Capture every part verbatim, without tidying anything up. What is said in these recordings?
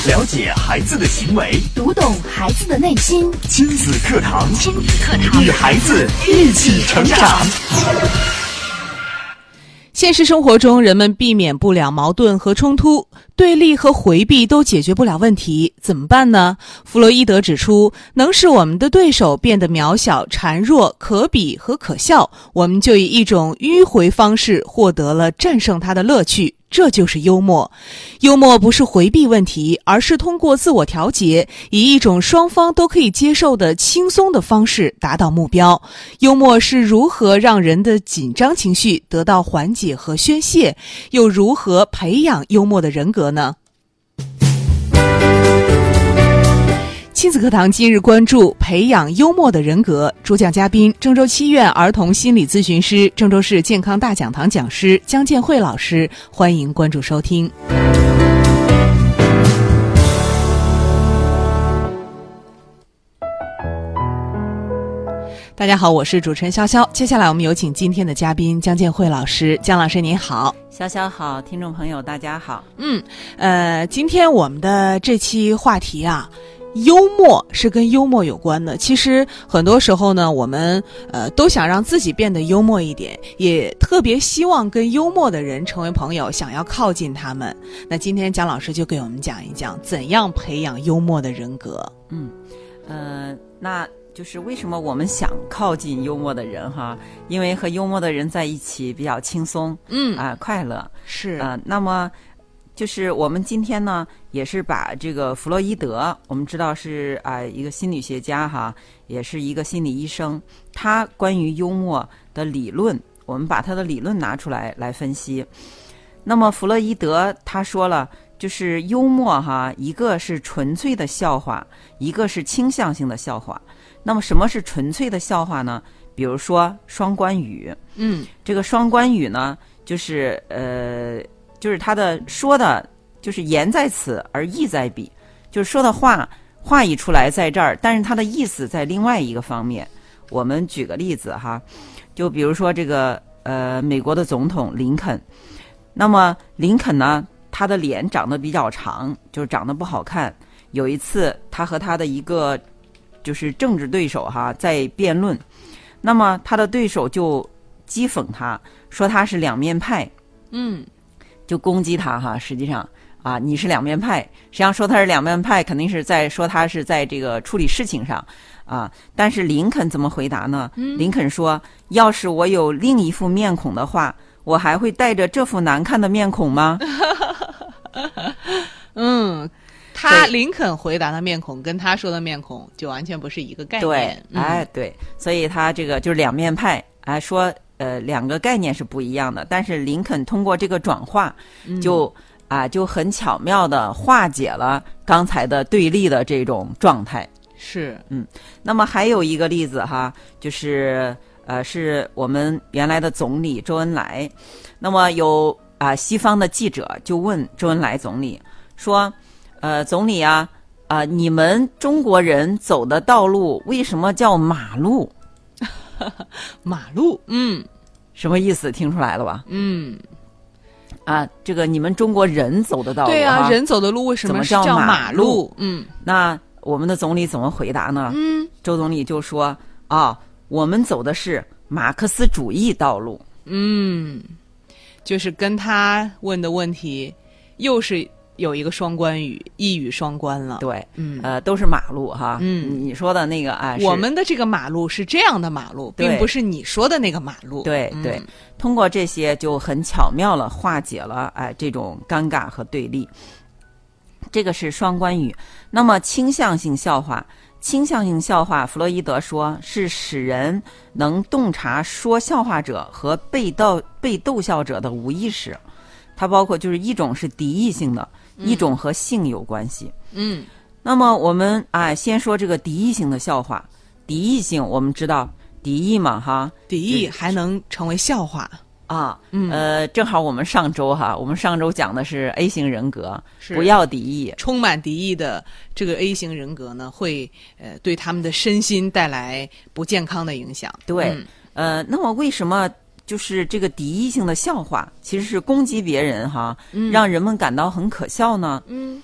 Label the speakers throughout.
Speaker 1: 了解孩子的行为，
Speaker 2: 读懂孩子的内心。
Speaker 1: 亲子课堂，
Speaker 2: 亲子课堂，
Speaker 1: 与孩子一起成长。
Speaker 3: 现实生活中，人们避免不了矛盾和冲突，对立和回避都解决不了问题，怎么办呢？弗洛伊德指出，能使我们的对手变得渺小、孱弱、可比和可笑，我们就以一种迂回方式获得了战胜它的乐趣。这就是幽默。幽默不是回避问题，而是通过自我调节，以一种双方都可以接受的轻松的方式达到目标。幽默是如何让人的紧张情绪得到缓解和宣泄，又如何培养幽默的人格呢？亲子课堂今日关注培养幽默的人格，主讲嘉宾郑州七院儿童心理咨询师、郑州市健康大讲堂讲师姜建慧老师，欢迎关注收听。大家好，我是主持人潇潇。接下来我们有请今天的嘉宾姜建慧老师。姜老师您好。
Speaker 4: 潇潇好，听众朋友大家好。
Speaker 3: 嗯，呃，今天我们的这期话题啊，幽默是跟幽默有关的。其实很多时候呢，我们呃都想让自己变得幽默一点，也特别希望跟幽默的人成为朋友，想要靠近他们。那今天姜老师就给我们讲一讲怎样培养幽默的人格。
Speaker 4: 嗯，呃，那就是为什么我们想靠近幽默的人哈？因为和幽默的人在一起比较轻松，嗯啊、呃，快乐
Speaker 3: 是
Speaker 4: 啊、呃。那么就是我们今天呢，也是把这个弗洛伊德，我们知道是啊、呃、一个心理学家哈，也是一个心理医生，他关于幽默的理论，我们把他的理论拿出来来分析。那么弗洛伊德他说了，就是幽默哈，一个是纯粹的笑话，一个是倾向性的笑话。那么什么是纯粹的笑话呢？比如说双关语，嗯，这个双关语呢，就是呃，就是他的说的，就是言在此而意在彼，就是说的话话一出来在这儿，但是他的意思在另外一个方面。我们举个例子哈，就比如说这个呃，美国的总统林肯，那么林肯呢，他的脸长得比较长，就是长得不好看。有一次，他和他的一个就是政治对手哈在辩论，那么他的对手就讥讽他，说他是两面派，嗯，就攻击他哈。实际上啊，你是两面派，实际上说他是两面派，肯定是在说他是在这个处理事情上啊。但是林肯怎么回答呢？嗯、林肯说：“要是我有另一副面孔的话，我还会带着这副难看的面孔吗？”
Speaker 3: 嗯。他林肯回答的面孔跟他说的面孔就完全不是一个概念。
Speaker 4: 对，嗯、哎，对，所以他这个就是两面派，哎，说呃两个概念是不一样的。但是林肯通过这个转化，就啊、嗯呃、就很巧妙的化解了刚才的对立的这种状态。
Speaker 3: 是，
Speaker 4: 嗯，那么还有一个例子哈，就是呃是我们原来的总理周恩来，那么有啊、呃、西方的记者就问周恩来总理说。呃，总理啊，啊、呃，你们中国人走的道路为什么叫马路？
Speaker 3: 马路，嗯，
Speaker 4: 什么意思？听出来了吧？
Speaker 3: 嗯，
Speaker 4: 啊，这个你们中国人走的道路，
Speaker 3: 对啊，人走的路为什么是叫马路？嗯，
Speaker 4: 那我们的总理怎么回答呢？嗯，周总理就说啊，我们走的是马克思主义道路。
Speaker 3: 嗯，就是跟他问的问题又是。有一个双关语，一语双关了。
Speaker 4: 对，嗯，呃，都是马路哈。嗯，你说的那个啊，
Speaker 3: 我们的这个马路是这样的马路，并不是你说的那个马路。
Speaker 4: 对对、嗯，通过这些就很巧妙了化解了哎这种尴尬和对立。这个是双关语。那么倾向性笑话，倾向性笑话，弗洛伊德说是使人能洞察说笑话者和被逗被逗笑者的无意识。它包括就是一种是敌意性的。一种和性有关系。嗯，那么我们哎，先说这个敌意性的笑话。敌意性，我们知道敌意嘛，哈，
Speaker 3: 敌意还能成为笑话
Speaker 4: 啊。嗯，呃，正好我们上周哈，我们上周讲的是 A 型人格，不要敌意，
Speaker 3: 充满敌意的这个 A 型人格呢，会呃对他们的身心带来不健康的影响。
Speaker 4: 对，
Speaker 3: 嗯、
Speaker 4: 呃，那么为什么？就是这个敌意性的笑话，其实是攻击别人哈，嗯、让人们感到很可笑呢。嗯，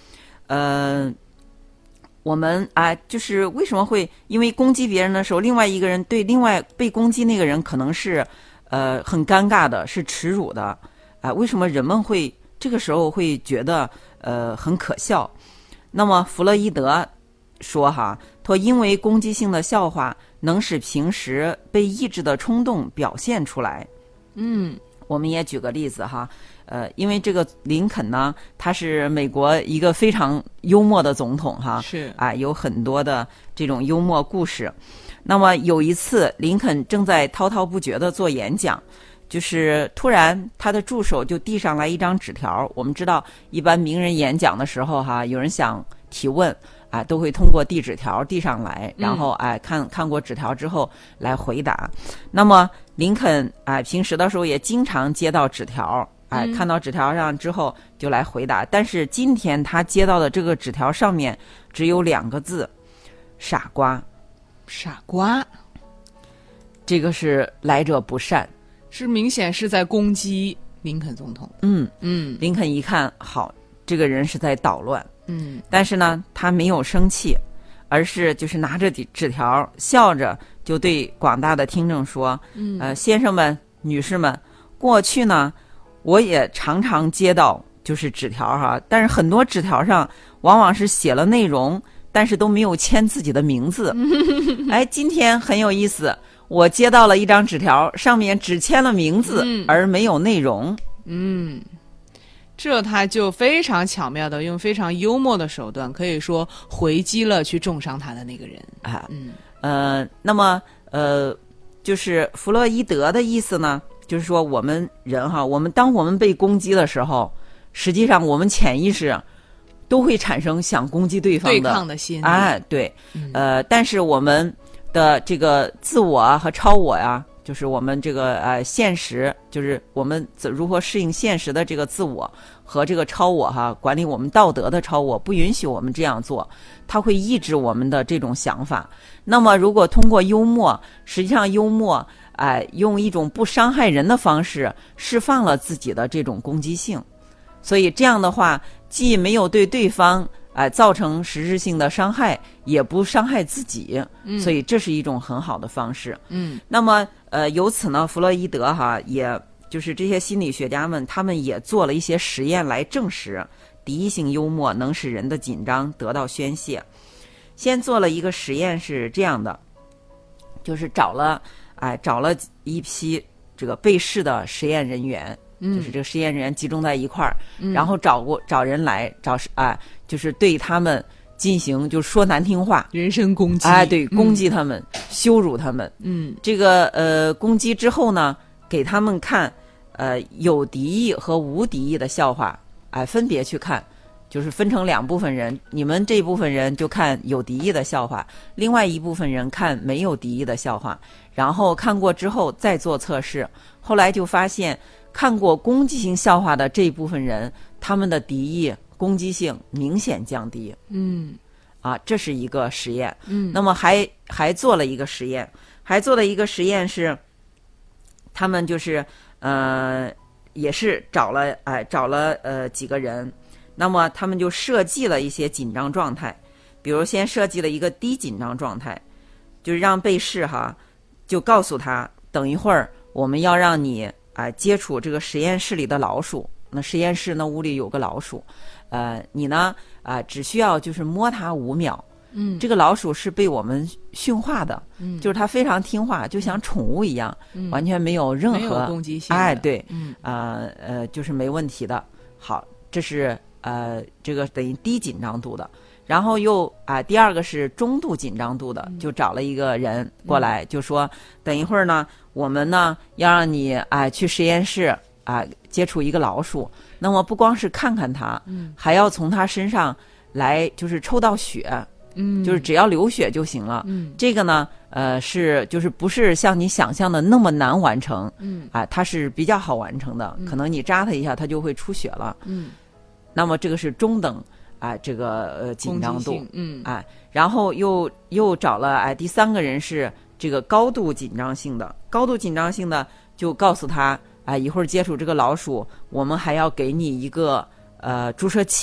Speaker 4: 呃，我们啊、呃，就是为什么会因为攻击别人的时候，另外一个人对另外被攻击那个人可能是呃很尴尬的，是耻辱的啊、呃？为什么人们会这个时候会觉得呃很可笑？那么弗洛伊德说哈，他说因为攻击性的笑话能使平时被抑制的冲动表现出来。
Speaker 3: 嗯，
Speaker 4: 我们也举个例子哈。呃，因为这个林肯呢，他是美国一个非常幽默的总统哈，
Speaker 3: 是
Speaker 4: 啊，有很多的这种幽默故事。那么有一次，林肯正在滔滔不绝地做演讲，就是突然他的助手就递上来一张纸条。我们知道，一般名人演讲的时候哈，有人想提问啊，都会通过递纸条递上来，然后哎看看过纸条之后来回答。那么林肯哎平时的时候也经常接到纸条。哎，看到纸条上之后就来回答，但是今天他接到的这个纸条上面只有两个字：傻瓜。
Speaker 3: 傻瓜，
Speaker 4: 这个是来者不善，
Speaker 3: 是明显是在攻击林肯总统。
Speaker 4: 嗯
Speaker 3: 嗯，
Speaker 4: 林肯一看，好，这个人是在捣乱。
Speaker 3: 嗯，
Speaker 4: 但是呢，他没有生气，而是就是拿着纸条，笑着就对广大的听众说：“嗯，呃，先生们、女士们，过去呢。”我也常常接到就是纸条哈，但是很多纸条上往往是写了内容，但是都没有签自己的名字。哎，今天很有意思，我接到了一张纸条，上面只签了名字，
Speaker 3: 嗯、
Speaker 4: 而没有内容。
Speaker 3: 嗯，这他就非常巧妙的用非常幽默的手段，可以说回击了去重伤他的那个人
Speaker 4: 啊。
Speaker 3: 嗯
Speaker 4: 呃，那么呃，就是弗洛伊德的意思呢？就是说，我们人哈，我们当我们被攻击的时候，实际上我们潜意识都会产生想攻击对方的
Speaker 3: 对抗的心理。
Speaker 4: 哎，对，
Speaker 3: 嗯、
Speaker 4: 呃，但是我们的这个自我啊和超我呀、啊，就是我们这个呃现实，就是我们如何适应现实的这个自我和这个超我哈、啊，管理我们道德的超我，不允许我们这样做，它会抑制我们的这种想法。那么，如果通过幽默，实际上幽默。哎，用一种不伤害人的方式释放了自己的这种攻击性，所以这样的话，既没有对对方哎造成实质性的伤害，也不伤害自己，
Speaker 3: 嗯、
Speaker 4: 所以这是一种很好的方式。
Speaker 3: 嗯，
Speaker 4: 那么呃，由此呢，弗洛伊德哈，也就是这些心理学家们，他们也做了一些实验来证实敌意性幽默能使人的紧张得到宣泄。先做了一个实验是这样的，就是找了。哎，找了一批这个被试的实验人员，
Speaker 3: 嗯、
Speaker 4: 就是这个实验人员集中在一块儿、
Speaker 3: 嗯，
Speaker 4: 然后找过找人来找哎，就是对他们进行就说难听话，
Speaker 3: 人身攻击，
Speaker 4: 哎，对，攻击他们，嗯、羞辱他们。
Speaker 3: 嗯，
Speaker 4: 这个呃攻击之后呢，给他们看呃有敌意和无敌意的笑话，哎，分别去看。就是分成两部分人，你们这部分人就看有敌意的笑话，另外一部分人看没有敌意的笑话，然后看过之后再做测试。后来就发现，看过攻击性笑话的这一部分人，他们的敌意、攻击性明显降低。
Speaker 3: 嗯，
Speaker 4: 啊，这是一个实验。
Speaker 3: 嗯，
Speaker 4: 那么还还做了一个实验，还做了一个实验是，他们就是呃，也是找了哎、呃、找了呃几个人。那么他们就设计了一些紧张状态，比如先设计了一个低紧张状态，就是让被试哈，就告诉他，等一会儿我们要让你啊、呃、接触这个实验室里的老鼠。那实验室那屋里有个老鼠，呃，你呢啊、呃、只需要就是摸它五秒，
Speaker 3: 嗯，
Speaker 4: 这个老鼠是被我们驯化的，
Speaker 3: 嗯，
Speaker 4: 就是它非常听话，就像宠物一样，
Speaker 3: 嗯、
Speaker 4: 完全没有任何
Speaker 3: 没有攻击性，
Speaker 4: 哎，对，
Speaker 3: 嗯，
Speaker 4: 啊 呃, 呃就是没问题的。好，这是。呃，这个等于低紧张度的，然后又啊、呃，第二个是中度紧张度的，就找了一个人过来，嗯、就说等一会儿呢，我们呢要让你啊、呃、去实验室啊、呃、接触一个老鼠，那么不光是看看它，
Speaker 3: 嗯，
Speaker 4: 还要从它身上来就是抽到血，
Speaker 3: 嗯，
Speaker 4: 就是只要流血就行了，
Speaker 3: 嗯，
Speaker 4: 这个呢，呃，是就是不是像你想象的那么难完成，
Speaker 3: 嗯，
Speaker 4: 啊、呃，它是比较好完成的，
Speaker 3: 嗯、
Speaker 4: 可能你扎它一下，它就会出血了，
Speaker 3: 嗯。
Speaker 4: 那么这个是中等啊、呃，这个呃紧张度，
Speaker 3: 嗯，
Speaker 4: 哎、呃，然后又又找了哎、呃、第三个人是这个高度紧张性的，高度紧张性的就告诉他，哎、呃，一会儿接触这个老鼠，我们还要给你一个呃注射器，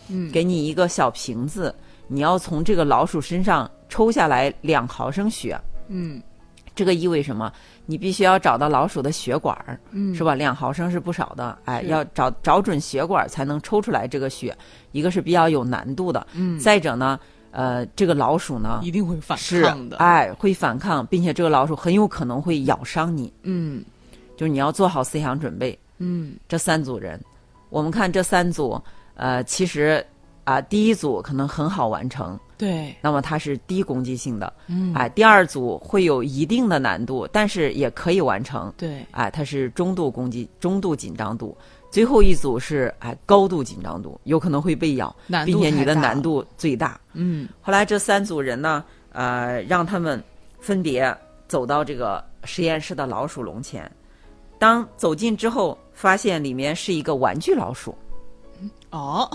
Speaker 4: 嗯，给你一个小瓶子，你要从这个老鼠身上抽下来两毫升血。
Speaker 3: 嗯，
Speaker 4: 这个意味什么？你必须要找到老鼠的血管，
Speaker 3: 嗯，
Speaker 4: 是吧？两毫升是不少的，哎，要找找准血管才能抽出来这个血，一个是比较有难度的，
Speaker 3: 嗯，
Speaker 4: 再者呢，呃，这个老鼠呢
Speaker 3: 一定会反抗的，
Speaker 4: 哎，会反抗，并且这个老鼠很有可能会咬伤你，
Speaker 3: 嗯，
Speaker 4: 就是你要做好思想准备，
Speaker 3: 嗯，
Speaker 4: 这三组人，我们看这三组，呃，其实啊、呃，第一组可能很好完成。
Speaker 3: 对，
Speaker 4: 那么它是低攻击性的，
Speaker 3: 嗯，
Speaker 4: 哎，第二组会有一定的难度，但是也可以完成，
Speaker 3: 对，
Speaker 4: 哎，它是中度攻击、中度紧张度，最后一组是哎高度紧张度，有可能会被咬，并且你的难度最大，
Speaker 3: 嗯，
Speaker 4: 后来这三组人呢，呃，让他们分别走到这个实验室的老鼠笼前，当走近之后，发现里面是一个玩具老鼠，
Speaker 3: 哦。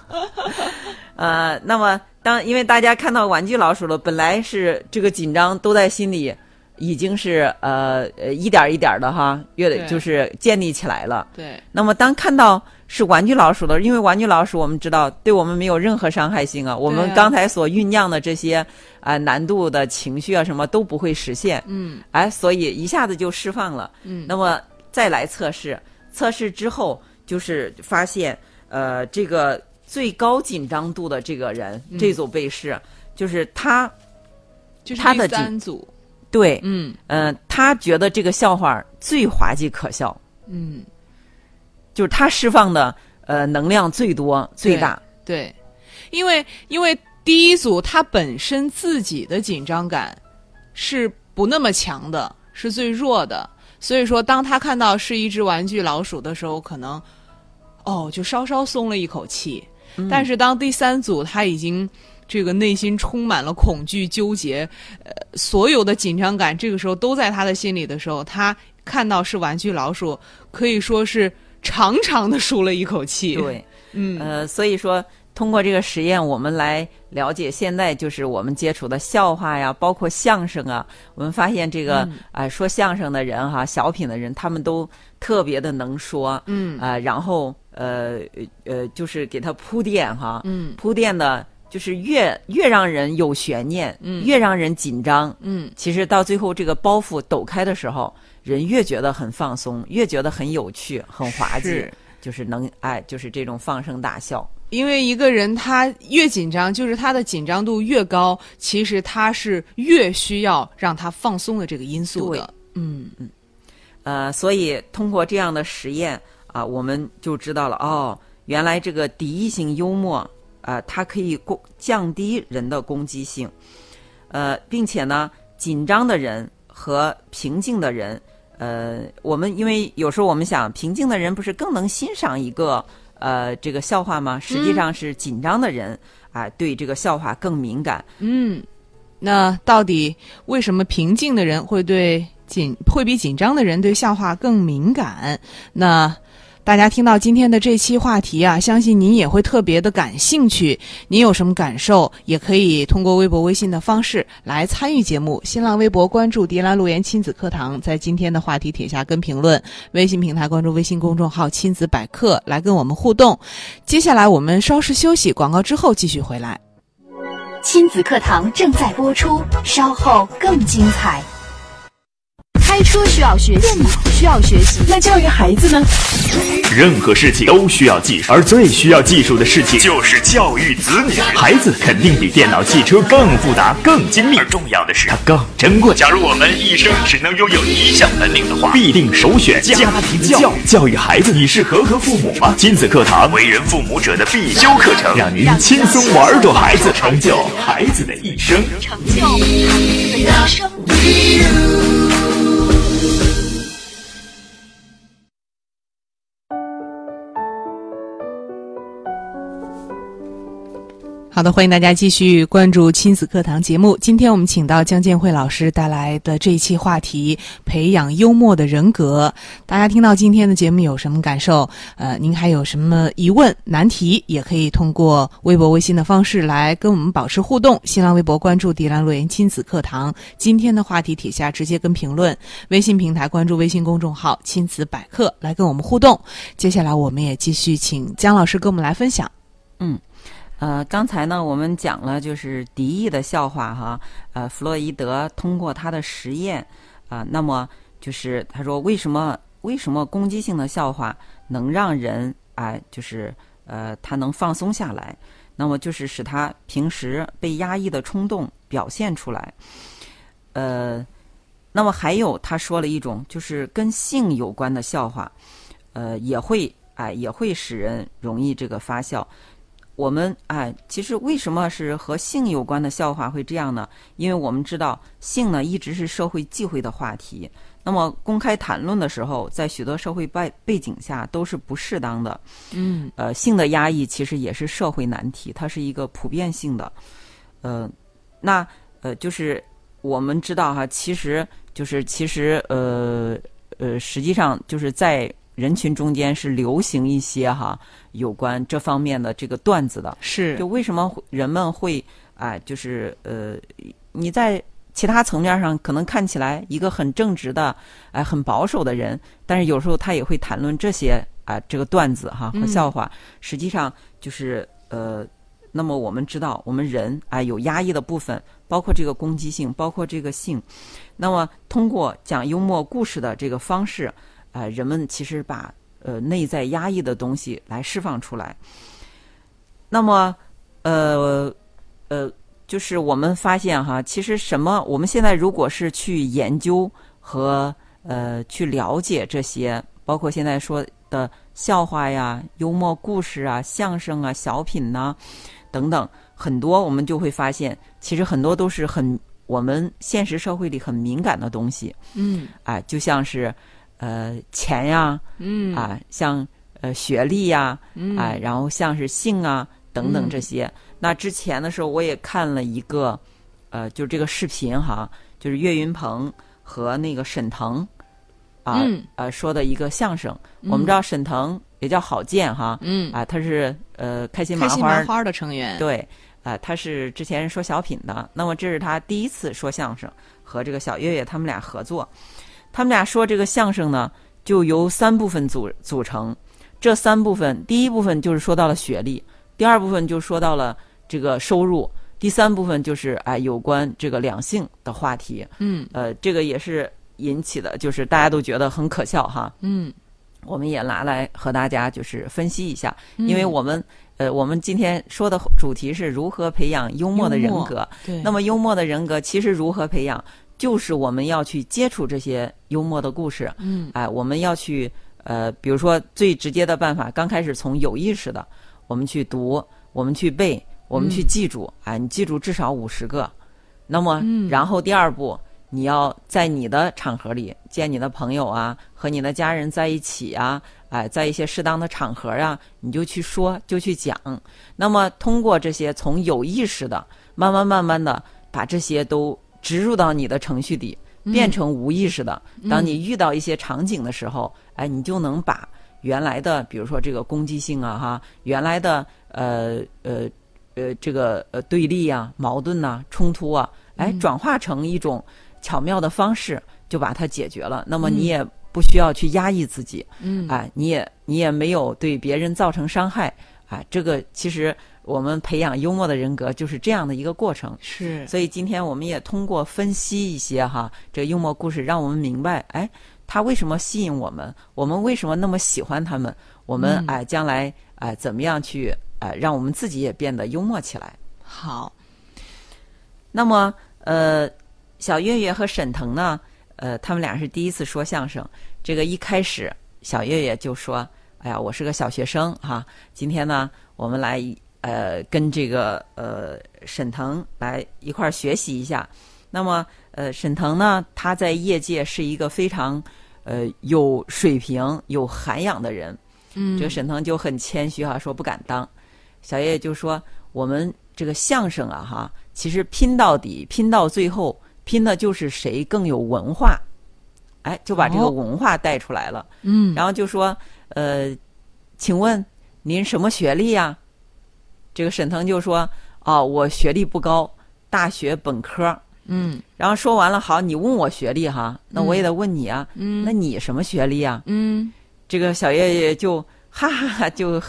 Speaker 4: 呃，那么当因为大家看到玩具老鼠了，本来是这个紧张都在心里，已经是呃呃一点一点的哈，越就是建立起来了。
Speaker 3: 对。
Speaker 4: 那么当看到是玩具老鼠了，因为玩具老鼠我们知道对我们没有任何伤害性啊，我们刚才所酝酿的这些啊、呃、难度的情绪啊什么都不会实现。
Speaker 3: 嗯。
Speaker 4: 哎，所以一下子就释放了。
Speaker 3: 嗯。
Speaker 4: 那么再来测试，测试之后就是发现呃这个。最高紧张度的这个人，嗯、这组被试就是他，
Speaker 3: 就是
Speaker 4: 他的
Speaker 3: 第三组，
Speaker 4: 对，
Speaker 3: 嗯，
Speaker 4: 呃，他觉得这个笑话最滑稽可笑，
Speaker 3: 嗯，
Speaker 4: 就是他释放的呃能量最多最大，
Speaker 3: 对，对，因为因为第一组他本身自己的紧张感是不那么强的，是最弱的，所以说当他看到是一只玩具老鼠的时候，可能哦就稍稍松了一口气。但是当第三组他已经这个内心充满了恐惧、纠结，呃，所有的紧张感这个时候都在他的心里的时候，他看到是玩具老鼠，可以说是长长的舒了一口气。
Speaker 4: 对，
Speaker 3: 嗯，
Speaker 4: 呃，所以说通过这个实验，我们来了解现在就是我们接触的笑话呀，包括相声啊，我们发现这个啊、
Speaker 3: 嗯
Speaker 4: 呃、说相声的人哈，小品的人，他们都特别的能说，
Speaker 3: 嗯
Speaker 4: 啊、呃，然后。呃呃，就是给他铺垫哈，
Speaker 3: 嗯，
Speaker 4: 铺垫的，就是越越让人有悬念，
Speaker 3: 嗯，
Speaker 4: 越让人紧张，
Speaker 3: 嗯，
Speaker 4: 其实到最后这个包袱抖开的时候，人越觉得很放松，越觉得很有趣、很滑稽，
Speaker 3: 是
Speaker 4: 就是能哎，就是这种放声大笑。
Speaker 3: 因为一个人他越紧张，就是他的紧张度越高，其实他是越需要让他放松的这个因素的。嗯
Speaker 4: 嗯，呃，所以通过这样的实验。啊，我们就知道了哦，原来这个敌意性幽默啊、呃，它可以攻降低人的攻击性，呃，并且呢，紧张的人和平静的人，呃，我们因为有时候我们想，平静的人不是更能欣赏一个呃这个笑话吗？实际上是紧张的人啊、呃，对这个笑话更敏感。
Speaker 3: 嗯，那到底为什么平静的人会对紧会比紧张的人对笑话更敏感？那大家听到今天的这期话题啊，相信您也会特别的感兴趣。您有什么感受，也可以通过微博、微信的方式来参与节目。新浪微博关注迪兰路言亲子课堂，在今天的话题帖下跟评论；微信平台关注微信公众号亲子百科来跟我们互动。接下来我们稍事休息，广告之后继续回来。
Speaker 2: 亲子课堂正在播出，稍后更精彩。开车需要学习，电脑需要学习，那教育孩子呢？
Speaker 1: 任何事情都需要技术，而最需要技术的事情就是教育子女。孩子肯定比电脑、汽车更复杂、更精密，而重要的是它更珍贵。假如我们一生只能拥有一项本领的话，必定首选家庭教育。教育孩子，你是合格父母吗？亲子课堂，为人父母者的必修课程，让您轻松玩转孩子，成就孩子的一生，
Speaker 2: 成就孩子的一生。
Speaker 3: 好的，欢迎大家继续关注亲子课堂节目。今天我们请到姜建慧老师带来的这一期话题，培养幽默的人格。大家听到今天的节目有什么感受？呃，您还有什么疑问、难题，也可以通过微博、微信的方式来跟我们保持互动。新浪微博关注迪兰路言亲子课堂，今天的话题帖下直接跟评论。微信平台关注微信公众号亲子百科来跟我们互动。接下来我们也继续请姜老师跟我们来分享。
Speaker 4: 嗯。 呃，刚才呢，我们讲了就是敌意的笑话哈，呃，弗洛伊德通过他的实验啊、呃，那么就是他说为什么为什么攻击性的笑话能让人啊、呃，就是呃，他能放松下来，那么就是使他平时被压抑的冲动表现出来，呃，那么还有他说了一种就是跟性有关的笑话，呃，也会哎、呃、也会使人容易这个发笑。我们哎，其实为什么是和性有关的笑话会这样呢？因为我们知道性呢一直是社会忌讳的话题，那么公开谈论的时候，在许多社会背背景下都是不适当的。
Speaker 3: 嗯，
Speaker 4: 呃，性的压抑其实也是社会难题，它是一个普遍性的。呃，那呃，就是我们知道哈，其实就是其实呃呃，实际上就是在人群中间是流行一些哈有关这方面的这个段子的。
Speaker 3: 是，
Speaker 4: 就为什么人们会啊、呃，就是呃，你在其他层面上可能看起来一个很正直的哎、呃、很保守的人，但是有时候他也会谈论这些啊、呃、这个段子哈和笑话、嗯、实际上就是呃那么我们知道我们人啊、呃、有压抑的部分，包括这个攻击性，包括这个性，那么通过讲幽默故事的这个方式啊、呃、人们其实把呃内在压抑的东西来释放出来。那么呃呃就是我们发现哈，其实什么？我们现在如果是去研究和呃去了解这些，包括现在说的笑话呀、幽默故事啊、相声啊、小品呐、啊、等等，很多我们就会发现，其实很多都是很我们现实社会里很敏感的东西。
Speaker 3: 嗯，
Speaker 4: 啊，就像是呃钱呀，
Speaker 3: 嗯
Speaker 4: 啊，像呃学历呀，
Speaker 3: 嗯
Speaker 4: 啊，然后像是性啊等等这些。嗯那之前的时候，我也看了一个，呃，就是这个视频哈，就是岳云鹏和那个沈腾，啊、
Speaker 3: 嗯，
Speaker 4: 呃，说的一个相声。
Speaker 3: 嗯、
Speaker 4: 我们知道沈腾也叫郝建哈，
Speaker 3: 嗯，
Speaker 4: 啊，他是呃开心麻花
Speaker 3: 开心麻花的成员，
Speaker 4: 对，啊、呃，他是之前是说小品的，那么这是他第一次说相声，和这个小岳岳他们俩合作，他们俩说这个相声呢，就由三部分组组成，这三部分，第一部分就是说到了学历，第二部分就说到了这个收入，第三部分就是哎有关这个两性的话题。
Speaker 3: 嗯，
Speaker 4: 呃，这个也是引起的，就是大家都觉得很可笑哈。
Speaker 3: 嗯，
Speaker 4: 我们也拿来和大家就是分析一下，
Speaker 3: 嗯、
Speaker 4: 因为我们呃我们今天说的主题是如何培养幽默的人格。
Speaker 3: 对，
Speaker 4: 那么幽默的人格其实如何培养，就是我们要去接触这些幽默的故事。
Speaker 3: 嗯，
Speaker 4: 哎、呃，我们要去呃，比如说最直接的办法，刚开始从有意识的，我们去读，我们去背。我们去记住，哎、嗯，你记住至少五十个，那么，
Speaker 3: 嗯、
Speaker 4: 然后第二步，你要在你的场合里见你的朋友啊，和你的家人在一起啊，哎，在一些适当的场合啊，你就去说，就去讲。那么，通过这些从有意识的，慢慢慢慢的把这些都植入到你的程序里，变成无意识的。
Speaker 3: 嗯、
Speaker 4: 当你遇到一些场景的时候，哎，你就能把原来的，比如说这个攻击性啊，哈，原来的呃呃。呃，这个呃对立啊、矛盾呐、啊、冲突啊，哎，转化成一种巧妙的方式，就把它解决了。那么你也不需要去压抑自己，
Speaker 3: 嗯，
Speaker 4: 哎，你也你也没有对别人造成伤害，哎，这个其实我们培养幽默的人格就是这样的一个过程。
Speaker 3: 是，
Speaker 4: 所以今天我们也通过分析一些哈这个幽默故事，让我们明白，哎，它为什么吸引我们，我们为什么那么喜欢他们，我们、嗯、哎将来哎怎么样去。呃，让我们自己也变得幽默起来。
Speaker 3: 好，
Speaker 4: 那么呃，小岳岳和沈腾呢，呃，他们俩是第一次说相声。这个一开始，小岳岳就说：“哎呀，我是个小学生哈，今天呢，我们来呃跟这个呃沈腾来一块儿学习一下。”那么呃，沈腾呢，他在业界是一个非常呃有水平、有涵养的人。
Speaker 3: 嗯，
Speaker 4: 这个沈腾就很谦虚哈，说不敢当。小爷爷就说：“我们这个相声啊，哈，其实拼到底，拼到最后，拼的就是谁更有文化。”哎，就把这个文化带出来了。
Speaker 3: 嗯，
Speaker 4: 然后就说：“呃，请问您什么学历呀？”这个沈腾就说：“哦，我学历不高，大学本科。”
Speaker 3: 嗯，
Speaker 4: 然后说完了，好，你问我学历哈，那我也得问你啊。
Speaker 3: 嗯，
Speaker 4: 那你什么学历啊？
Speaker 3: 嗯，
Speaker 4: 这个小爷爷就哈哈哈就。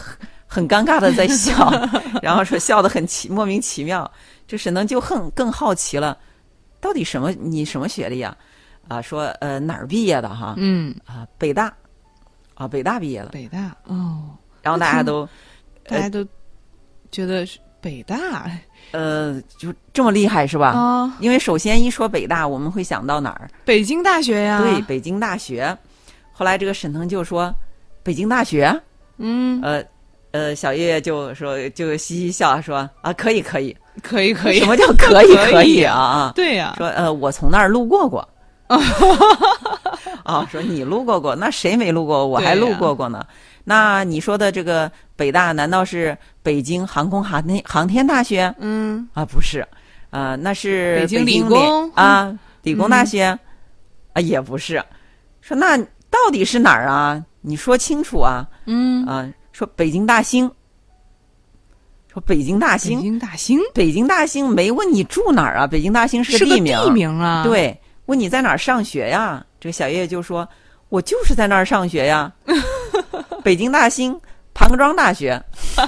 Speaker 4: 很尴尬的在笑，然后说笑得很奇莫名其妙。这沈腾就很更好奇了，到底什么你什么学历啊？啊，说呃哪儿毕业的哈？
Speaker 3: 嗯
Speaker 4: 啊，北大，啊北大毕业的。
Speaker 3: 北大哦，
Speaker 4: 然后大家都
Speaker 3: 大家都觉得是北大，
Speaker 4: 呃就这么厉害是吧？
Speaker 3: 啊，
Speaker 4: 因为首先一说北大，我们会想到哪儿？
Speaker 3: 北京大学呀。
Speaker 4: 对，北京大学。后来这个沈腾就说北京大学，
Speaker 3: 嗯
Speaker 4: 呃呃，小月月就说就嘻嘻笑说啊，可以可以
Speaker 3: 可以可以。
Speaker 4: 什么叫可以
Speaker 3: 可以
Speaker 4: 以啊啊？
Speaker 3: 对呀、
Speaker 4: 说呃我从那儿路过过。啊，说你路过过，那谁没路过？我还路过过呢。那你说的这个北大，难道是北京航空航天航天大学？
Speaker 3: 嗯
Speaker 4: 啊，不是，啊，那是
Speaker 3: 北京理
Speaker 4: 京
Speaker 3: 工
Speaker 4: 啊，理工大学、嗯、啊，也不是。说那到底是哪儿啊？你说清楚啊。
Speaker 3: 嗯
Speaker 4: 啊，说北京大兴。说北京大兴，
Speaker 3: 北京大兴，
Speaker 4: 北京大兴没问你住哪儿啊？北京大兴是个地名，
Speaker 3: 是个地名啊。
Speaker 4: 对。问你在哪儿上学呀？这个小叶就说：“我就是在那儿上学呀，北京大兴庞各庄大学。”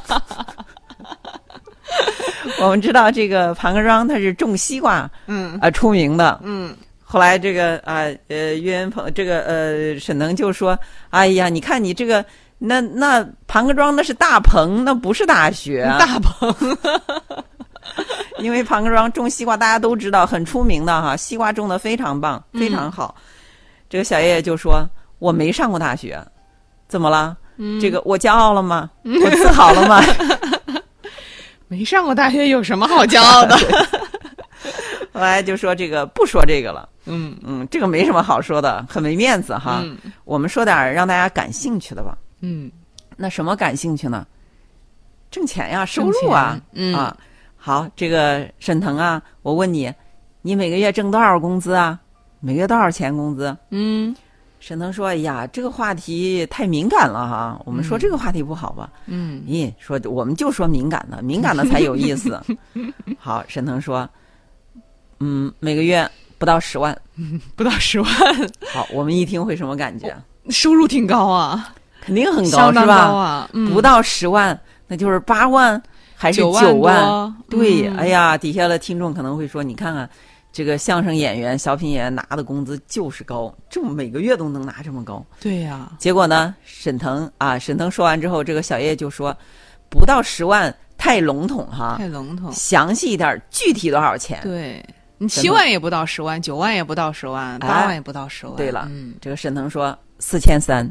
Speaker 4: 我们知道这个庞各庄它是种西瓜，嗯啊、呃、出名的，
Speaker 3: 嗯。
Speaker 4: 后来这个啊呃岳云鹏这个呃沈腾就说：“哎呀，你看你这个那那庞各庄那是大棚，那不是大学、啊。”
Speaker 3: 大棚。
Speaker 4: 因为庞各庄种西瓜，大家都知道很出名的哈，西瓜种的非常棒，非常好。嗯、这个小叶叶就说：“我没上过大学，怎么了？嗯、这个我骄傲了吗？嗯、我自豪了吗？
Speaker 3: 没上过大学有什么好骄傲的？”
Speaker 4: 后来就说这个不说这个了，
Speaker 3: 嗯
Speaker 4: 嗯，这个没什么好说的，很没面子哈。嗯、我们说点让大家感兴趣的吧。
Speaker 3: 嗯，
Speaker 4: 那什么感兴趣呢？挣钱呀，收入啊，
Speaker 3: 嗯
Speaker 4: 啊。好，这个沈腾啊，我问你，你每个月挣多少工资啊？每个月多少钱工资？
Speaker 3: 嗯，
Speaker 4: 沈腾说：“哎呀，这个话题太敏感了哈，我们说这个话题不好吧？”
Speaker 3: 嗯，
Speaker 4: 咦，说我们就说敏感的，敏感的才有意思。好，沈腾说：“嗯，每个月不到十万，
Speaker 3: 不到十万。”
Speaker 4: 好，我们一听会什么感觉？
Speaker 3: 收入挺高啊，
Speaker 4: 肯定很高，
Speaker 3: 相当
Speaker 4: 是吧？
Speaker 3: 高啊，嗯、
Speaker 4: 不到十万，那就是八万。还是九
Speaker 3: 万,
Speaker 4: 万对、
Speaker 3: 嗯、
Speaker 4: 哎呀，底下的听众可能会说，你看看这个相声演员小品演员拿的工资就是高，这每个月都能拿这么高。
Speaker 3: 对呀、啊、
Speaker 4: 结果呢，沈腾啊沈腾说完之后，这个小叶就说不到十万太笼统哈，
Speaker 3: 太笼统，
Speaker 4: 详细一点，具体多少钱？
Speaker 3: 对，你七万也不到十万，九万也不到十万，八万也不到十万、
Speaker 4: 哎、对了、
Speaker 3: 嗯、
Speaker 4: 这个沈腾说四千三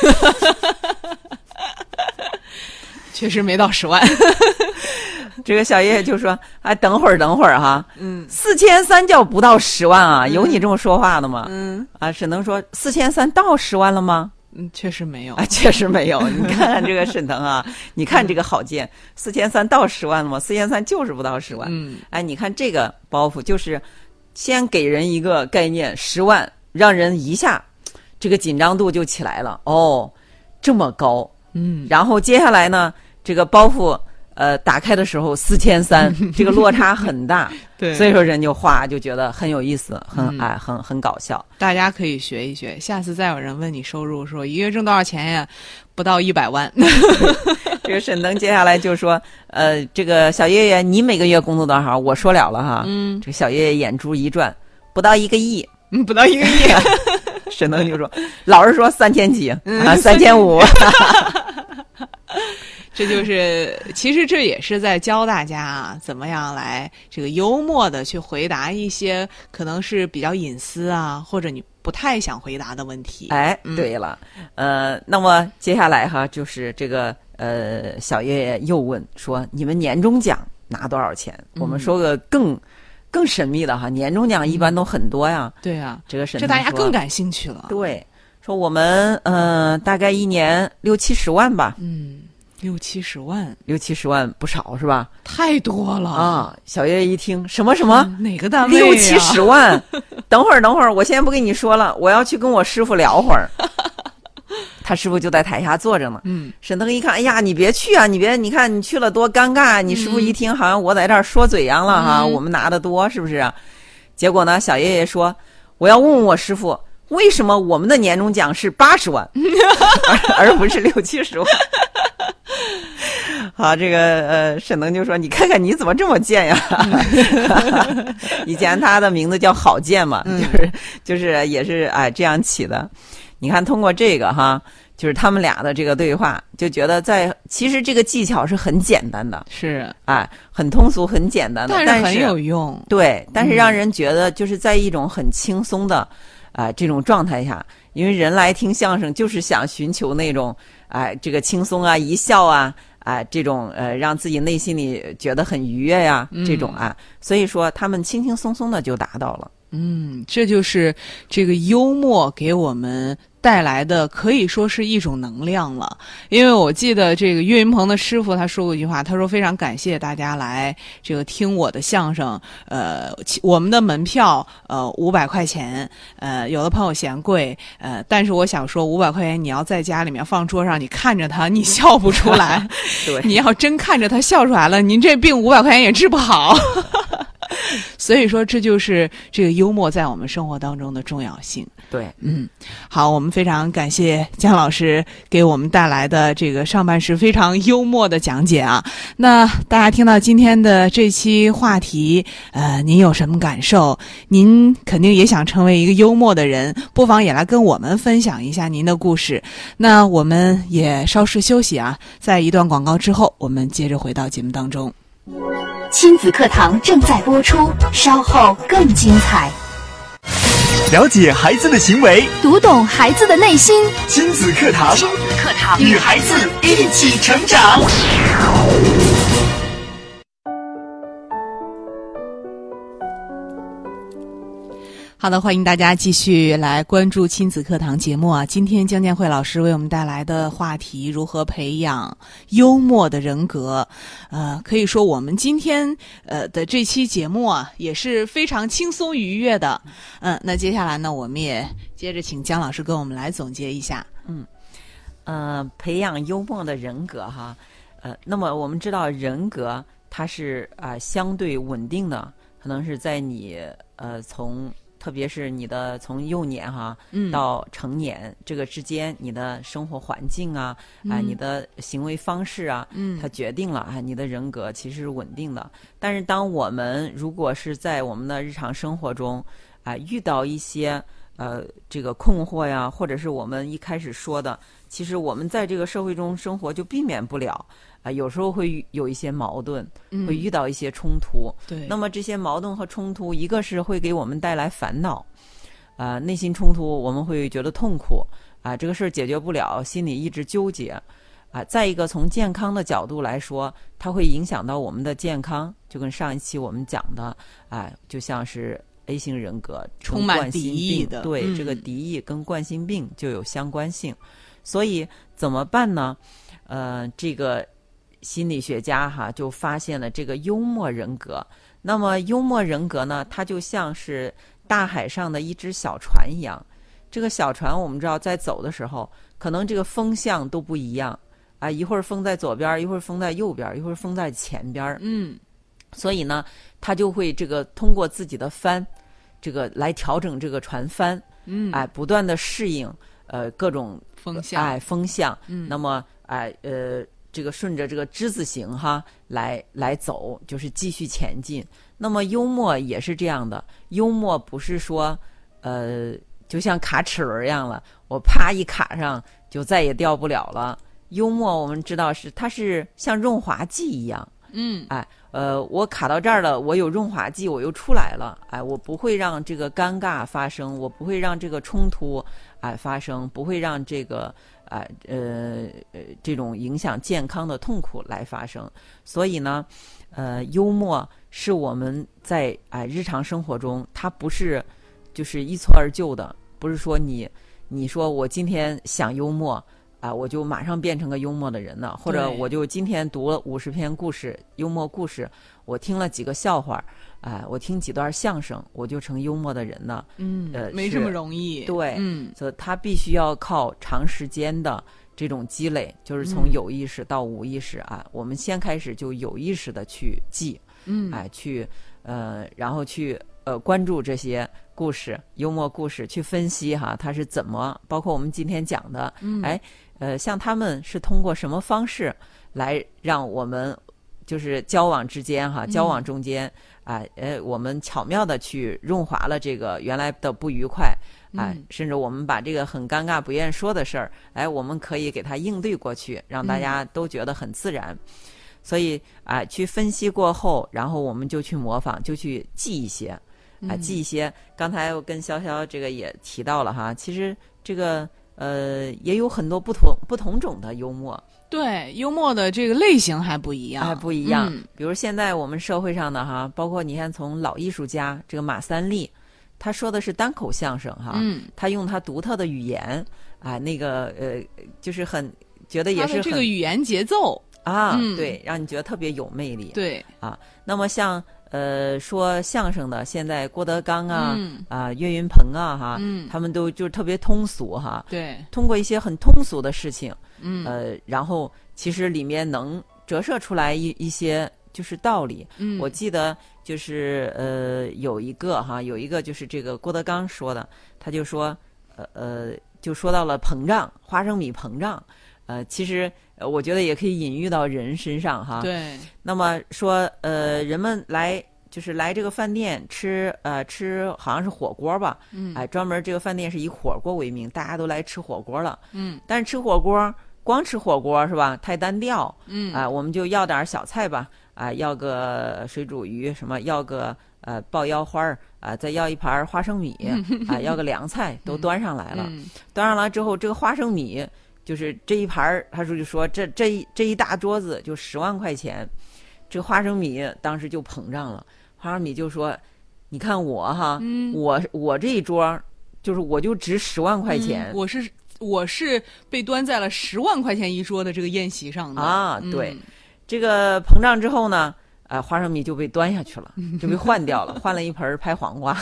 Speaker 3: 确实没到十万。
Speaker 4: 这个小叶就说：“哎，等会儿，等会儿哈，
Speaker 3: 嗯，
Speaker 4: 四千三叫不到十万啊？有你这么说话的吗？
Speaker 3: 嗯，
Speaker 4: 啊，沈腾说四千三到十万了吗？
Speaker 3: 嗯，确实没有
Speaker 4: 啊，确实没有。你看看这个沈腾啊，你看这个郝建，四千三到十万了吗？四千三就是不到十万。
Speaker 3: 嗯，
Speaker 4: 哎，你看这个包袱，就是先给人一个概念，十万，让人一下这个紧张度就起来了。哦，这么高，
Speaker 3: 嗯，
Speaker 4: 然后接下来呢，这个包袱。”呃，打开的时候四千三，这个落差很大，
Speaker 3: 对，
Speaker 4: 所以说人就画就觉得很有意思，很、嗯、哎，很很搞笑。
Speaker 3: 大家可以学一学，下次再有人问你收入，说一个月挣多少钱呀？不到一百万。
Speaker 4: 这个沈腾接下来就说，呃，这个小叶叶，你每个月工作多少？我说了了哈，
Speaker 3: 嗯，
Speaker 4: 这个小叶叶眼珠一转，不到一个亿，
Speaker 3: 嗯，不到一个亿。
Speaker 4: 沈腾就说，老实说三千几、
Speaker 3: 嗯、
Speaker 4: 啊，三千五。
Speaker 3: 这就是，其实这也是在教大家啊，怎么样来这个幽默的去回答一些可能是比较隐私啊，或者你不太想回答的问题。
Speaker 4: 哎，对了，嗯、呃，那么接下来哈，就是这个呃，小叶叶又问说，你们年终奖拿多少钱？嗯、我们说个更更神秘的哈，年终奖一般都很多呀。
Speaker 3: 嗯、对啊，
Speaker 4: 这个沈
Speaker 3: 这大家更感兴趣了。
Speaker 4: 对，说我们呃大概一年六七十万吧。
Speaker 3: 嗯。六七十万，
Speaker 4: 六七十万不少是吧？
Speaker 3: 太多了
Speaker 4: 啊！小叶一听什么什么、
Speaker 3: 嗯、哪个单位、啊、
Speaker 4: 六七十万？等会儿等会儿，我先不跟你说了，我要去跟我师傅聊会儿。他师傅就在台下坐着呢。
Speaker 3: 嗯，
Speaker 4: 沈腾一看，哎呀，你别去啊！你别，你看你去了多尴尬。你师傅一听，好像我在这儿说嘴样了哈、嗯，我们拿的多是不是、啊？结果呢，小叶叶说，我要问问我师傅，为什么我们的年终奖是八十万，而而不是六七十万？ 好，这个呃，沈能就说：“你看看你怎么这么贱呀？”以前他的名字叫郝建嘛，就是就是也是哎这样起的。你看，通过这个哈，就是他们俩的这个对话，就觉得在其实这个技巧是很简单的，
Speaker 3: 是
Speaker 4: 哎，很通俗、很简单的，但是
Speaker 3: 但是很有用。
Speaker 4: 对，但是让人觉得就是在一种很轻松的啊、呃、这种状态下，因为人来听相声就是想寻求那种哎、呃、这个轻松啊、一笑啊。啊，这种呃，让自己内心里觉得很愉悦呀、啊，这种啊，所以说他们轻轻松松的就达到了。
Speaker 3: 嗯，这就是这个幽默给我们带来的，可以说是一种能量了。因为我记得这个岳云鹏的师傅他说过一句话，他说非常感谢大家来这个听我的相声，呃，我们的门票呃五百块钱，呃，有的朋友嫌贵，呃，但是我想说五百块钱你要在家里面放桌上，你看着他你笑不出来，
Speaker 4: 对，
Speaker 3: 你要真看着他笑出来了，您这病五百块钱也治不好。所以说，这就是这个幽默在我们生活当中的重要性。
Speaker 4: 对，
Speaker 3: 嗯，好，我们非常感谢姜老师给我们带来的这个上半时非常幽默的讲解啊。那大家听到今天的这期话题，呃，您有什么感受？您肯定也想成为一个幽默的人，不妨也来跟我们分享一下您的故事。那我们也稍事休息啊，在一段广告之后，我们接着回到节目当中。
Speaker 2: 亲子课堂正在播出，稍后更精彩。
Speaker 1: 了解孩子的行为，
Speaker 2: 读懂孩子的内心。
Speaker 1: 亲子课堂，
Speaker 2: 亲子课堂，
Speaker 1: 与孩子一起成长。
Speaker 3: 好的，欢迎大家继续来关注亲子课堂节目啊！今天姜建慧老师为我们带来的话题：如何培养幽默的人格。呃，可以说我们今天呃的这期节目啊，也是非常轻松愉悦的。嗯，那接下来呢，我们也接着请姜老师跟我们来总结一下。
Speaker 4: 嗯，呃，培养幽默的人格哈，呃，那么我们知道人格它是啊、呃、相对稳定的，可能是在你呃从。特别是你的从幼年哈、嗯、到成年这个之间，你的生活环境啊，嗯、啊，你的行为方式啊，嗯，它决定了啊，你的人格其实是稳定的。但是，当我们如果是在我们的日常生活中啊，遇到一些呃这个困惑呀，或者是我们一开始说的，其实我们在这个社会中生活就避免不了。啊，有时候会有一些矛盾，嗯、会遇到一些冲突。
Speaker 3: 对，
Speaker 4: 那么这些矛盾和冲突，一个是会给我们带来烦恼，啊、呃，内心冲突我们会觉得痛苦，啊、呃，这个事儿解决不了，心里一直纠结，啊、呃。再一个，从健康的角度来说，它会影响到我们的健康，就跟上一期我们讲的，啊、呃，就像是 A 型人格
Speaker 3: 充满敌意的，
Speaker 4: 对、
Speaker 3: 嗯，
Speaker 4: 这个敌意跟冠心病就有相关性，所以怎么办呢？呃，这个。心理学家哈就发现了这个幽默人格。那么幽默人格呢，它就像是大海上的一只小船一样。这个小船我们知道在走的时候，可能这个风向都不一样啊，一会儿风在左边，一会儿风在右边，一会儿风在前边。
Speaker 3: 嗯，
Speaker 4: 所以呢，他就会这个通过自己的帆，这个来调整这个船帆。嗯，哎，不断的适应呃各种
Speaker 3: 风向，
Speaker 4: 哎风向。
Speaker 3: 嗯，
Speaker 4: 那么哎呃。这个顺着这个之字形哈来来走，就是继续前进。那么幽默也是这样的，幽默不是说呃就像卡齿轮一样了，我啪一卡上就再也掉不了了。幽默我们知道是它是像润滑剂一样，
Speaker 3: 嗯，
Speaker 4: 哎呃我卡到这儿了，我有润滑剂，我又出来了，哎，我不会让这个尴尬发生，我不会让这个冲突哎发生，不会让这个。啊呃呃这种影响健康的痛苦来发生，所以呢，呃，幽默是我们在啊、呃、日常生活中，它不是就是一蹴而就的，不是说你你说我今天想幽默啊、呃，我就马上变成个幽默的人了，或者我就今天读了五十篇故事幽默故事，我听了几个笑话。哎、呃，我听几段相声，我就成幽默的人了。
Speaker 3: 嗯，呃，没这么容易。
Speaker 4: 对，
Speaker 3: 嗯，
Speaker 4: 所以他必须要靠长时间的这种积累，就是从有意识到无意识、嗯、啊。我们先开始就有意识的去记，
Speaker 3: 嗯，
Speaker 4: 哎，去呃，然后去呃关注这些故事、幽默故事，去分析哈，它是怎么，包括我们今天讲的，
Speaker 3: 嗯，
Speaker 4: 哎， 呃，像他们是通过什么方式来让我们就是交往之间哈，交往中间啊、嗯，呃，我们巧妙的去润滑了这个原来的不愉快啊、嗯，甚至我们把这个很尴尬不愿说的事儿，哎，我们可以给它应对过去，让大家都觉得很自然。嗯、所以啊，去分析过后，然后我们就去模仿，就去记一些啊，记一些。刚才我跟潇潇这个也提到了哈，其实这个呃也有很多不同不同种的幽默。
Speaker 3: 对，幽默的这个类型还不一样，
Speaker 4: 还不一样。
Speaker 3: 嗯、
Speaker 4: 比如现在我们社会上的哈，包括你看从老艺术家这个马三立，他说的是单口相声哈，
Speaker 3: 嗯，
Speaker 4: 他用他独特的语言啊，那个呃，就是很觉得也是很
Speaker 3: 这个语言节奏
Speaker 4: 啊、
Speaker 3: 嗯，
Speaker 4: 对，让你觉得特别有魅力。
Speaker 3: 对
Speaker 4: 啊，那么像呃说相声的，现在郭德纲啊、
Speaker 3: 嗯、
Speaker 4: 啊岳云鹏啊哈、
Speaker 3: 嗯，
Speaker 4: 他们都就是特别通俗哈，
Speaker 3: 对，
Speaker 4: 通过一些很通俗的事情。
Speaker 3: 嗯，
Speaker 4: 呃，然后其实里面能折射出来一一些就是道理。
Speaker 3: 嗯，
Speaker 4: 我记得就是呃有一个哈，有一个就是这个郭德纲说的，他就说呃呃就说到了膨胀，花生米膨胀，呃，其实我觉得也可以隐喻到人身上哈。
Speaker 3: 对。
Speaker 4: 那么说呃人们来。就是来这个饭店吃，呃，吃好像是火锅吧，
Speaker 3: 嗯，
Speaker 4: 哎，专门这个饭店是以火锅为名，大家都来吃火锅了，
Speaker 3: 嗯，
Speaker 4: 但是吃火锅光吃火锅是吧？太单调，
Speaker 3: 嗯，
Speaker 4: 啊、呃，我们就要点小菜吧，啊、呃，要个水煮鱼，什么要个呃爆腰花儿，啊、呃，再要一盘花生米，啊、呃，要个凉菜，都端上来了，
Speaker 3: 嗯、
Speaker 4: 端上来之后，这个花生米就是这一盘，他说就说这这一这一大桌子就十万块钱，这花生米当时就膨胀了。花生米就说：“你看我哈，
Speaker 3: 嗯、
Speaker 4: 我我这一桌就是我就值十万块钱，
Speaker 3: 嗯、我是我是被端在了十万块钱一桌的这个宴席上的
Speaker 4: 啊。
Speaker 3: 嗯、
Speaker 4: 对，这个膨胀之后呢，啊、呃，花生米就被端下去了，就被换掉了，换了一盆拍黄瓜。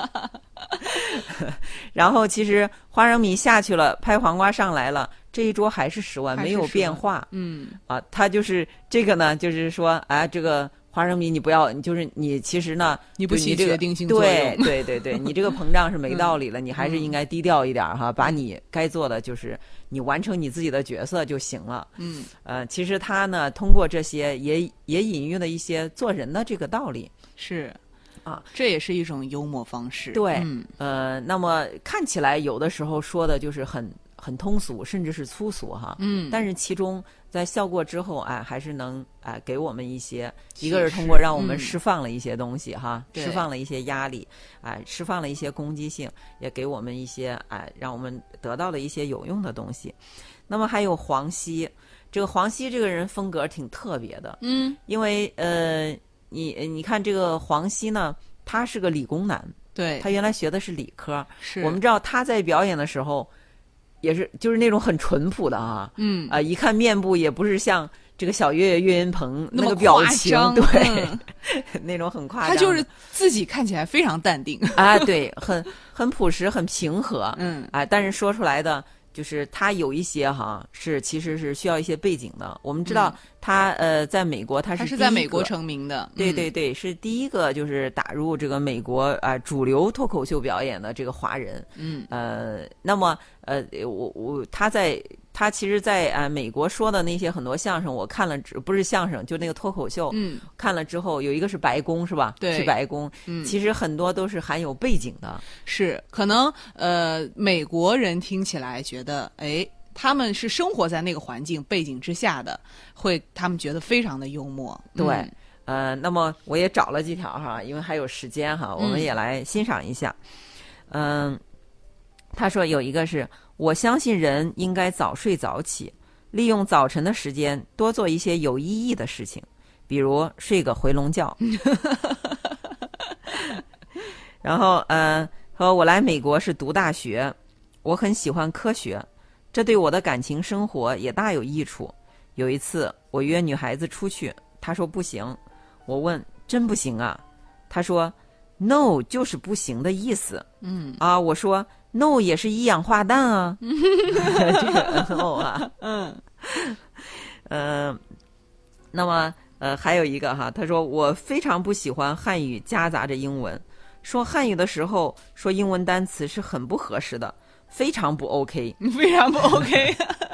Speaker 4: 然后其实花生米下去了，拍黄瓜上来了。”这一桌还是十万，没有变化。
Speaker 3: 嗯，
Speaker 4: 啊，他就是这个呢，就是说，哎，这个花生米你不要，就是你其实呢，
Speaker 3: 你不起决定性
Speaker 4: 作用。对对对对，你这个膨胀是没道理了，
Speaker 3: 嗯、
Speaker 4: 你还是应该低调一点哈，把你该做的就是你完成你自己的角色就行了。
Speaker 3: 嗯，呃，
Speaker 4: 其实他呢，通过这些也也隐喻了一些做人的这个道理。
Speaker 3: 是。
Speaker 4: 啊，
Speaker 3: 这也是一种幽默方式。
Speaker 4: 对，
Speaker 3: 嗯、
Speaker 4: 呃，那么看起来有的时候说的就是很很通俗，甚至是粗俗哈。
Speaker 3: 嗯，
Speaker 4: 但是其中在笑过之后，哎，还是能哎、呃、给我们一些，一个是通过让我们释放了一些东西、嗯、哈，释放了一些压力，哎、呃，释放了一些攻击性，也给我们一些哎、呃，让我们得到了一些有用的东西。那么还有黄西，这个黄西这个人风格挺特别的，
Speaker 3: 嗯，
Speaker 4: 因为呃。你你看这个黄西呢，他是个理工男，
Speaker 3: 对，
Speaker 4: 他原来学的是理科。
Speaker 3: 是
Speaker 4: 我们知道他在表演的时候，也是就是那种很淳朴的啊，
Speaker 3: 嗯
Speaker 4: 啊、呃，一看面部也不是像这个小岳岳岳云鹏
Speaker 3: 那
Speaker 4: 个表情，对，
Speaker 3: 嗯、
Speaker 4: 那种很夸张。
Speaker 3: 他就是自己看起来非常淡定
Speaker 4: 啊，对，很很朴实，很平和，
Speaker 3: 嗯
Speaker 4: 啊、呃，但是说出来的。就是他有一些哈是其实是需要一些背景的。我们知道他、嗯、呃在美国他是
Speaker 3: 他是在美国成名的，
Speaker 4: 对对对，是第一个就是打入这个美国啊、呃、主流脱口秀表演的这个华人。
Speaker 3: 嗯
Speaker 4: 呃，那么呃我我他在他其实在啊、呃、美国说的那些很多相声，我看了不是相声，就那个脱口秀，
Speaker 3: 嗯，
Speaker 4: 看了之后有一个是白宫是吧？
Speaker 3: 对，
Speaker 4: 是白宫。
Speaker 3: 嗯，
Speaker 4: 其实很多都是含有背景的。
Speaker 3: 是可能呃美国人听起来觉得。的哎，他们是生活在那个环境背景之下的，会他们觉得非常的幽默。
Speaker 4: 对，
Speaker 3: 嗯、
Speaker 4: 呃，那么我也找了几条哈，因为还有时间哈，我们也来欣赏一下。嗯、呃，他说有一个是我相信人应该早睡早起，利用早晨的时间多做一些有意义的事情，比如睡个回笼觉。然后呃，说我来美国是读大学。我很喜欢科学，这对我的感情生活也大有益处。有一次，我约女孩子出去，她说不行。我问：“真不行啊？”她说 ：“No 就是不行的意思。”
Speaker 3: 嗯
Speaker 4: 啊，我说 ：“No 也是一氧化氮啊。”这个 N O 啊，
Speaker 3: 嗯，
Speaker 4: 呃，那么呃还有一个哈，他说我非常不喜欢汉语夹杂着英文，说汉语的时候说英文单词是很不合适的。非常不 OK，
Speaker 3: 非常不 OK。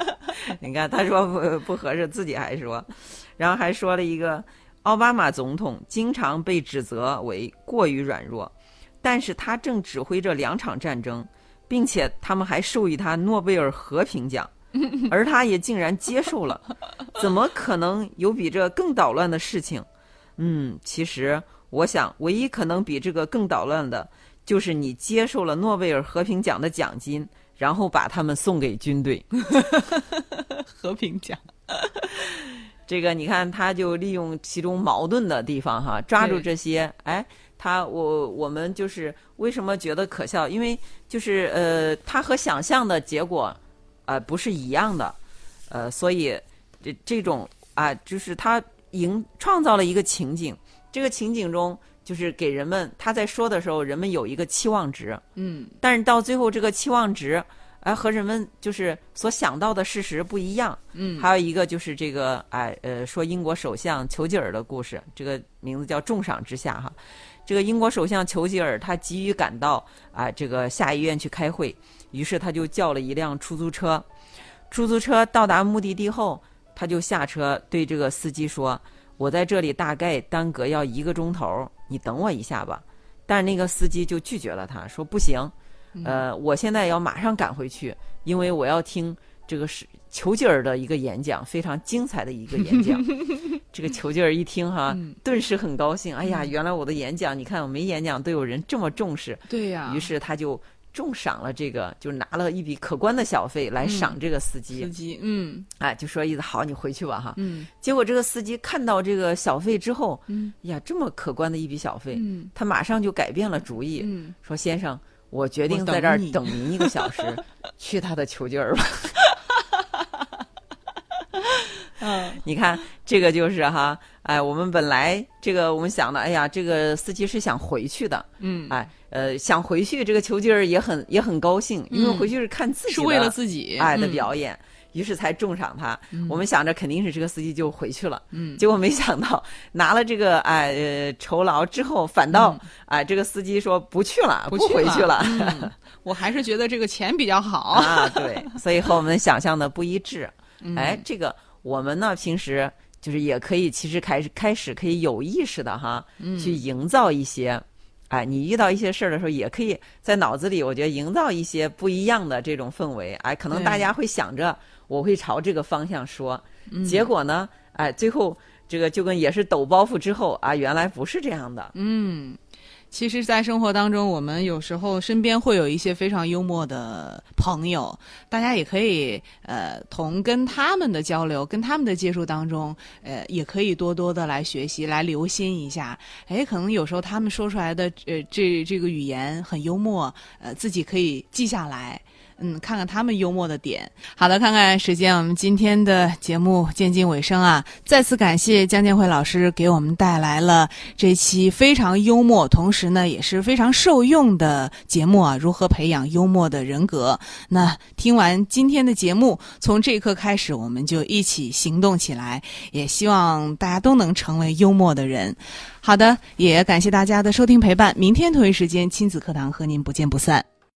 Speaker 4: 你看他说不不合适，自己还说，然后还说了一个奥巴马总统经常被指责为过于软弱，但是他正指挥着两场战争，并且他们还授予他诺贝尔和平奖，而他也竟然接受了，怎么可能有比这更捣乱的事情？嗯，其实我想唯一可能比这个更捣乱的就是你接受了诺贝尔和平奖的奖金，然后把他们送给军队。
Speaker 3: 和平奖。
Speaker 4: 这个你看，他就利用其中矛盾的地方哈，抓住这些，哎，他我我们就是为什么觉得可笑？因为就是呃，他和想象的结果呃不是一样的，呃，所以这这种啊，就是他营创造了一个情景，这个情景中就是给人们他在说的时候，人们有一个期望值，
Speaker 3: 嗯，
Speaker 4: 但是到最后这个期望值。哎，和人们就是所想到的事实不一样。
Speaker 3: 嗯，
Speaker 4: 还有一个就是这个哎呃，说英国首相丘吉尔的故事，这个名字叫《重赏之下》哈。这个英国首相丘吉尔他急于赶到啊、哎、这个下议院去开会，于是他就叫了一辆出租车。出租车到达目的地后，他就下车对这个司机说：“我在这里大概耽搁要一个钟头，你等我一下吧。”但是那个司机就拒绝了他，说：“不行。”呃，我现在要马上赶回去，因为我要听这个是丘吉尔的一个演讲，非常精彩的一个演讲。这个丘吉尔一听哈，
Speaker 3: 嗯、
Speaker 4: 顿时很高兴。哎呀，原来我的演讲，你看我没演讲都有人这么重视。
Speaker 3: 对呀、啊。
Speaker 4: 于是他就重赏了这个，就拿了一笔可观的小费来赏这个司机。
Speaker 3: 嗯、司机，嗯，
Speaker 4: 哎，就说意思好，你回去吧哈。
Speaker 3: 嗯。
Speaker 4: 结果这个司机看到这个小费之后，
Speaker 3: 嗯，
Speaker 4: 呀，这么可观的一笔小费，
Speaker 3: 嗯，
Speaker 4: 他马上就改变了主意，
Speaker 3: 嗯，
Speaker 4: 说先生。我决定在这儿等您一个小时，去他的丘吉尔吧。
Speaker 3: 嗯，
Speaker 4: 你看这个就是哈，哎，我们本来这个我们想的，哎呀，这个司机是想回去的，
Speaker 3: 嗯，
Speaker 4: 哎，呃，想回去，这个丘吉尔也很也很高兴，因为回去是看自己的，
Speaker 3: 是为了自己
Speaker 4: 哎的表演。嗯，于是才重赏他、嗯。我们想着肯定是这个司机就回去了，
Speaker 3: 嗯，
Speaker 4: 结果没想到拿了这个哎呃酬劳之后，反倒、嗯、哎这个司机说不去了，
Speaker 3: 不
Speaker 4: 回去了。
Speaker 3: 嗯、我还是觉得这个钱比较好
Speaker 4: 啊，对，所以和我们想象的不一致。
Speaker 3: 嗯、
Speaker 4: 哎，这个我们呢平时就是也可以，其实开始开始可以有意识的哈，
Speaker 3: 嗯、
Speaker 4: 去营造一些。哎，你遇到一些事儿的时候，也可以在脑子里，我觉得营造一些不一样的这种氛围。哎，可能大家会想着我会朝这个方向说，
Speaker 3: 嗯、
Speaker 4: 结果呢，哎，最后这个就跟也是抖包袱之后啊，原来不是这样的。
Speaker 3: 嗯，其实，在生活当中，我们有时候身边会有一些非常幽默的朋友，大家也可以呃，从跟他们的交流、跟他们的接触当中，呃，也可以多多的来学习、来留心一下。哎，可能有时候他们说出来的呃，这这个语言很幽默，呃，自己可以记下来。嗯，看看他们幽默的点。好的，看看时间，我们今天的节目渐近尾声啊！再次感谢江建慧老师给我们带来了这期非常幽默，同时呢也是非常受用的节目啊！如何培养幽默的人格？那听完今天的节目，从这一刻开始，我们就一起行动起来，也希望大家都能成为幽默的人。好的，也感谢大家的收听陪伴，明天同一时间亲子课堂和您不见不散。